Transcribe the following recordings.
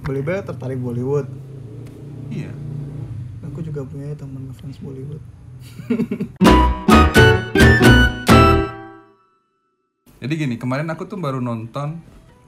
Bel tertarik Bollywood. Iya. Aku juga punya teman ngefans Bollywood. Jadi gini, kemarin aku tuh baru nonton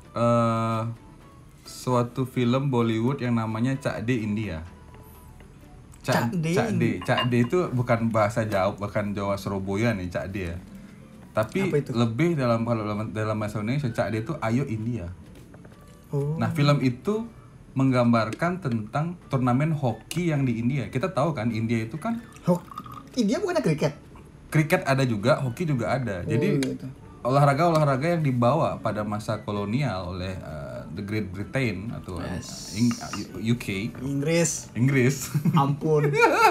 suatu film Bollywood yang namanya Cak De India. Cak De itu bukan bahasa Jawa, bukan Jawa Surabaya nih Cak De ya. Tapi lebih dalam bahasa Indonesia Cak De itu Ayo India. Oh. Nah, film itu menggambarkan tentang turnamen hoki yang di India. Kita tahu kan India itu kan India bukannya kriket? Kriket ada juga, hoki juga ada. Jadi gitu. olahraga yang dibawa pada masa kolonial oleh the Great Britain atau UK, Inggris. Ampun.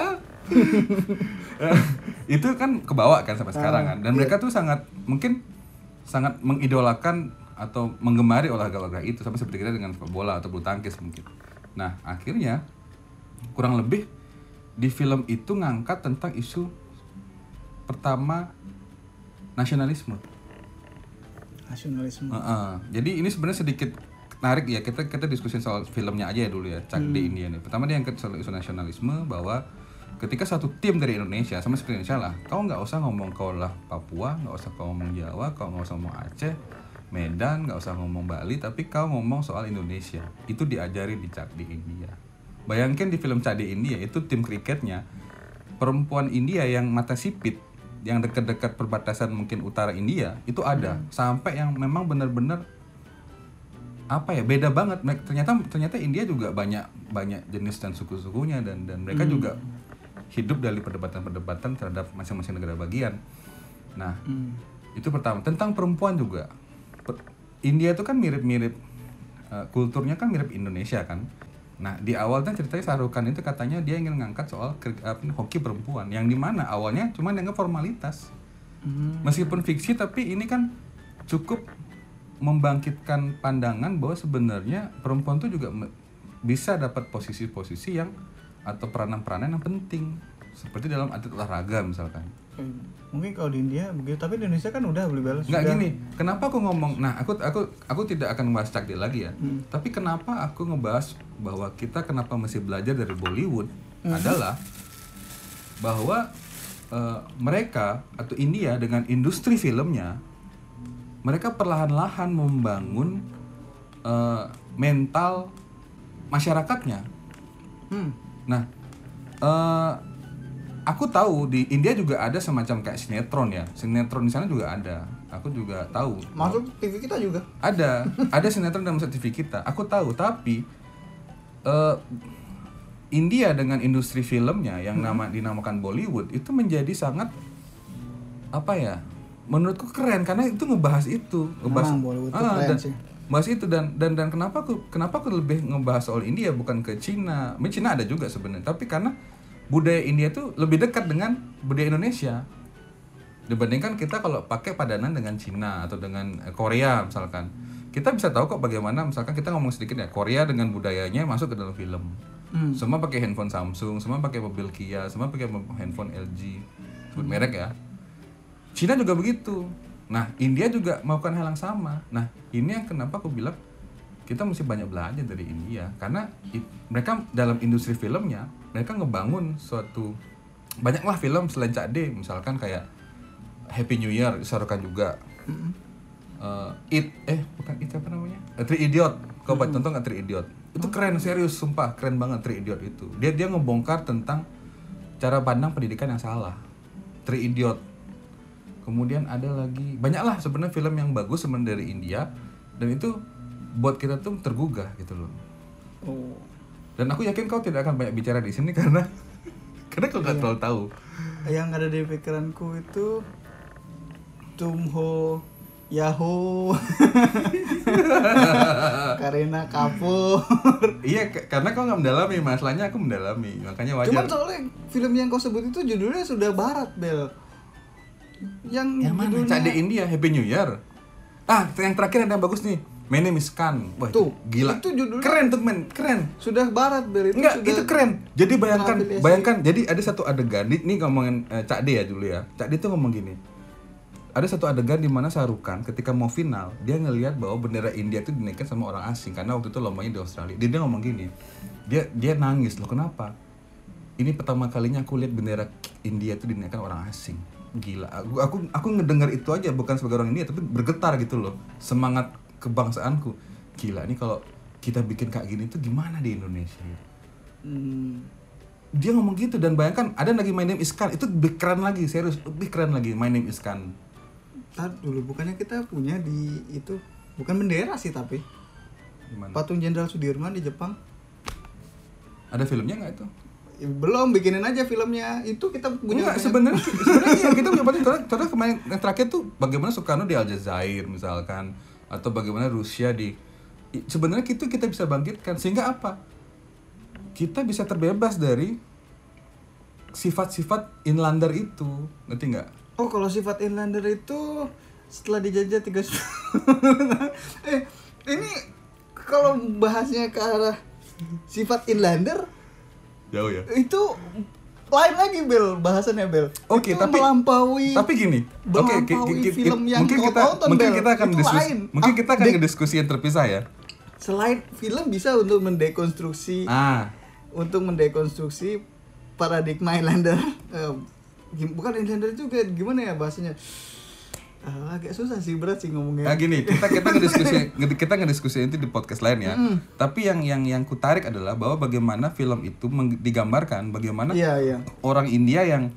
Itu kan kebawa kan sampai sekarang kan. Dan mereka tuh sangat mengidolakan atau menggemari olahraga itu sampai seperti kita dengan sepak bola atau bulu tangkis mungkin. Nah, akhirnya kurang lebih di film itu ngangkat tentang isu pertama nasionalisme. Jadi ini sebenarnya sedikit menarik ya, kita diskusi soal filmnya aja ya dulu ya, Cak De India nih. Pertama dia angkat soal isu nasionalisme, bahwa ketika satu tim dari Indonesia, sama seperti Indonesia lah, kau nggak usah ngomong kau lah Papua, nggak usah kau ngomong Jawa, kau nggak usah ngomong Aceh, Medan, nggak usah ngomong Bali, tapi kau ngomong soal Indonesia. Itu diajari di Cak De India. Bayangkan di film Cak De India itu tim kriketnya perempuan India yang mata sipit, yang dekat-dekat perbatasan mungkin utara India itu ada, sampai yang memang benar-benar apa ya, beda banget. Ternyata India juga banyak jenis dan suku-sukunya dan mereka juga hidup dari perdebatan terhadap masing-masing negara bagian. Nah, itu pertama. Tentang perempuan juga, India itu kan mirip-mirip kulturnya kan mirip Indonesia kan. Nah, di awal kan ceritanya Shah Rukh Khan itu katanya dia ingin ngangkat soal hoki perempuan, yang dimana awalnya cuma dianggap formalitas. Meskipun fiksi, tapi ini kan cukup membangkitkan pandangan bahwa sebenarnya perempuan tuh juga bisa dapat posisi-posisi yang atau peranan-peranan yang penting, seperti dalam atlet olahraga misalkan. Mungkin kalau di India begitu, tapi di Indonesia kan udah beli balas. Nggak gini, kenapa aku ngomong? Nah, aku tidak akan membahas Cak De lagi ya. Tapi kenapa aku ngebahas bahwa kita kenapa mesti belajar dari Bollywood adalah bahwa mereka atau India dengan industri filmnya, mereka perlahan-lahan membangun mental masyarakatnya. Nah, aku tahu di India juga ada semacam kayak sinetron ya. Sinetron di sana juga ada. Aku juga tahu. Masuk TV kita juga. Ada sinetron dalam TV kita. Aku tahu, tapi India dengan industri filmnya yang dinamakan Bollywood itu menjadi sangat apa ya? Menurutku keren karena itu ngebahas itu, Bollywood itu keren sih. Bahas itu dan kenapa aku lebih ngebahas soal India bukan ke Cina. Cina ada juga sebenarnya, tapi karena budaya India tuh lebih dekat dengan budaya Indonesia dibandingkan kita kalau pakai padanan dengan Cina atau dengan Korea misalkan. Kita bisa tahu kok bagaimana misalkan kita ngomong sedikit ya, Korea dengan budayanya masuk ke dalam film. Semua pakai handphone Samsung, semua pakai mobil Kia, semua pakai handphone LG, sebut merek ya. Cina juga begitu. Nah, India juga melakukan hal yang sama. Nah, ini yang kenapa aku bilang kita mesti banyak belajar dari India, karena mereka dalam industri filmnya mereka ngebangun suatu banyaklah film selain Cak De, misalkan kayak Happy New Year disarukan juga. Apa namanya? Three Idiot. Kau nonton nggak Three Idiot? Itu keren, serius, sumpah keren banget Three Idiot itu. Dia ngebongkar tentang cara pandang pendidikan yang salah. Three Idiot. Kemudian ada lagi banyaklah sebenarnya film yang bagus sebenarnya dari India, dan itu buat kita tuh tergugah gitu loh. Dan aku yakin kau tidak akan banyak bicara di sini karena kau nggak terlalu tahu. Yang ada di pikiranku itu Tumho Yahoo Kareena Kapoor. Iya, karena kau nggak mendalami, masalahnya aku mendalami, makanya wajar. Cuman soalnya film yang kau sebut itu judulnya sudah barat, Bel. Yang mana? judulnya Cak De India, Happy New Year. Yang terakhir ada yang bagus nih, My Name is Khan. Wah, tuh, gila. Itu judulnya keren tuh, men. Keren. Sudah barat, Bel. Itu keren. Jadi bayangkan, jadi ada satu adegan. Ini ngomongin Cak De ya dulu ya. Cak De tuh ngomong gini. ada satu adegan di mana Shah Rukh Khan ketika mau final, dia ngelihat bahwa bendera India itu dinaikkan sama orang asing karena waktu itu lombanya di Australia. Dia ngomong gini, dia nangis, loh kenapa? Ini pertama kalinya aku lihat bendera India itu dinaikkan orang asing. Gila, aku ngedengar itu aja bukan sebagai orang India tapi bergetar gitu loh, semangat kebangsaanku. Gila, ini kalau kita bikin kayak gini tuh gimana di Indonesia? Dia ngomong gitu, dan bayangkan ada lagi My Name is Khan, itu lebih keren lagi, serius, lebih keren lagi My Name is Khan. Ntar dulu, bukannya kita punya di itu, bukan bendera sih tapi Gimana? patung Jenderal Sudirman di Jepang. Ada filmnya nggak itu? Belum, bikinin aja filmnya. Itu kita punya. Enggak, sebenarnya ya, kita punya patung. Contoh kemarin yang terakhir tuh bagaimana Soekarno di Aljazair misalkan, atau bagaimana Rusia di, sebenarnya itu kita bisa bangkitkan sehingga apa? Kita bisa terbebas dari sifat-sifat inlander itu, ngerti nggak? Oh, kalau sifat inlander itu setelah dijajah 3 ini kalau bahasnya ke arah sifat inlander Jauh ya. itu lain lagi Bel, bahasannya Bel. Oke, itu tapi melampaui film yang mungkin kau tonton, mungkin Bel. kita akan Itu diskusi, lain. mungkin kita akan ngediskusi yang terpisah ya. Selain film bisa untuk mendekonstruksi untuk mendekonstruksi paradigma inlander. Bukan inlander juga, gimana ya bahasanya? Agak susah sih, berat sih ngomongnya. Nah gini, kita ngediskusi itu di podcast lain ya. Tapi yang kutarik adalah bahwa bagaimana film itu digambarkan bagaimana orang India yang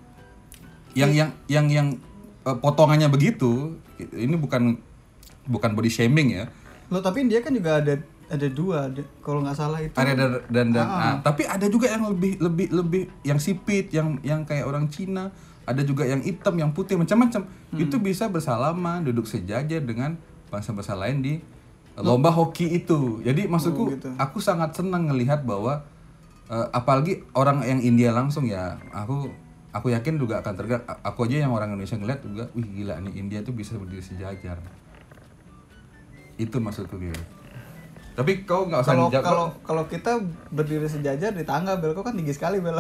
potongannya begitu. Ini bukan body shaming ya. Loh, tapi India kan juga ada dua, kalau nggak salah itu. Tapi ada juga yang lebih yang sipit, yang kayak orang Cina. Ada juga yang hitam, yang putih, macam-macam. Itu bisa bersalaman, duduk sejajar dengan bangsa-bangsa lain di lomba hoki itu. Jadi maksudku, gitu. Aku sangat senang ngelihat bahwa apalagi orang yang India langsung ya, aku yakin juga akan tergerak. Aku aja yang orang Indonesia ngelihat juga, wih gila nih, India tuh bisa berdiri sejajar. Itu maksudku gitu. Tapi kau nggak usah dijawab. Kalau kita berdiri sejajar di tangga, Bel, kau kan tinggi sekali, Bel.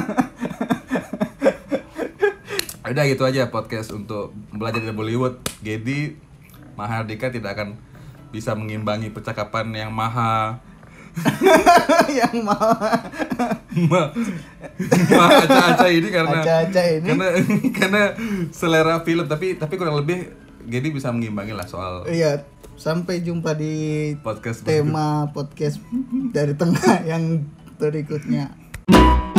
Udah gitu aja podcast untuk belajar dari Bollywood. Gedi Mahardika tidak akan bisa mengimbangi percakapan yang maha aca-aca ini karena selera film, tapi kurang lebih Gedi bisa mengimbangi lah soal. Iya, sampai jumpa di podcast tema podcast dari tengah yang berikutnya.